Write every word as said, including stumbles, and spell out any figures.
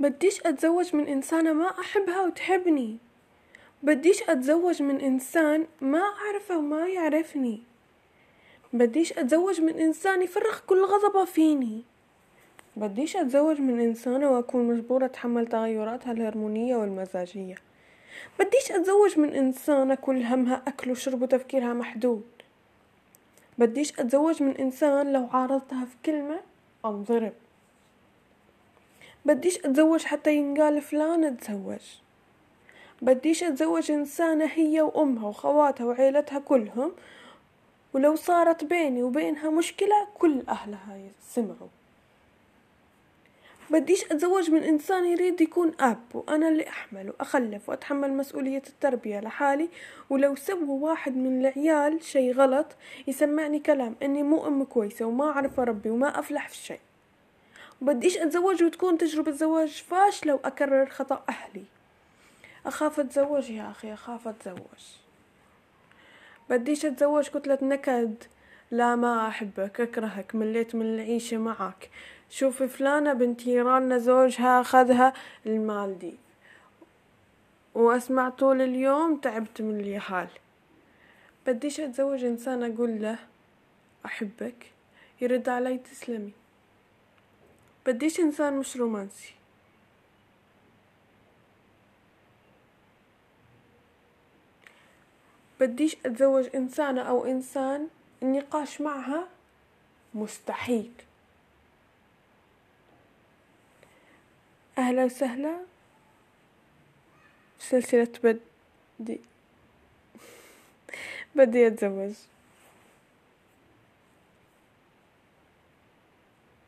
بديش أتزوج من إنسانة ما أحبها وتحبني. بديش أتزوج من إنسان ما أعرفه وما يعرفني. بديش أتزوج من إنسان يفرغ كل غضبه فيني. بديش أتزوج من إنسانة وأكون مجبورة أتحمل تغيراتها الهرمونية والمزاجية. بديش أتزوج من إنسانة كل همها أكل وشرب وتفكيرها محدود. بديش أتزوج من إنسان لو عارضتها في كلمة أنضرب. بديش أتزوج حتى ينقال فلان تزوج. بديش أتزوج إنسانة هي وأمها وخواتها وعيلتها كلهم، ولو صارت بيني وبينها مشكلة كل أهلها يسمعوا. بديش أتزوج من إنسان يريد يكون أب وأنا اللي أحمل وأخلف وأتحمل مسؤولية التربية لحالي، ولو سووا واحد من العيال شي غلط يسمعني كلام إني مو أم كويسة وما أعرف أربي وما أفلح في الشيء. بديش أتزوج وتكون تجربة زواج فاشلة وأكرر خطأ أهلي. أخاف أتزوج يا أخي، أخاف أتزوج. بديش أتزوج كتلة نكد، لا ما أحبك، أكرهك، مليت من العيشة معك، شوف فلانة بنت جيراننا زوجها أخذها المالديف وأسمع طول اليوم تعبت من اليهال. بديش أتزوج إنسان أقول له أحبك يرد علي تسلمي. بديش إنسان مش رومانسي. بديش أتزوج إنسانة أو إنسان النقاش معها مستحيل. أهلا وسهلا في سلسلة بدي بدي أتزوج.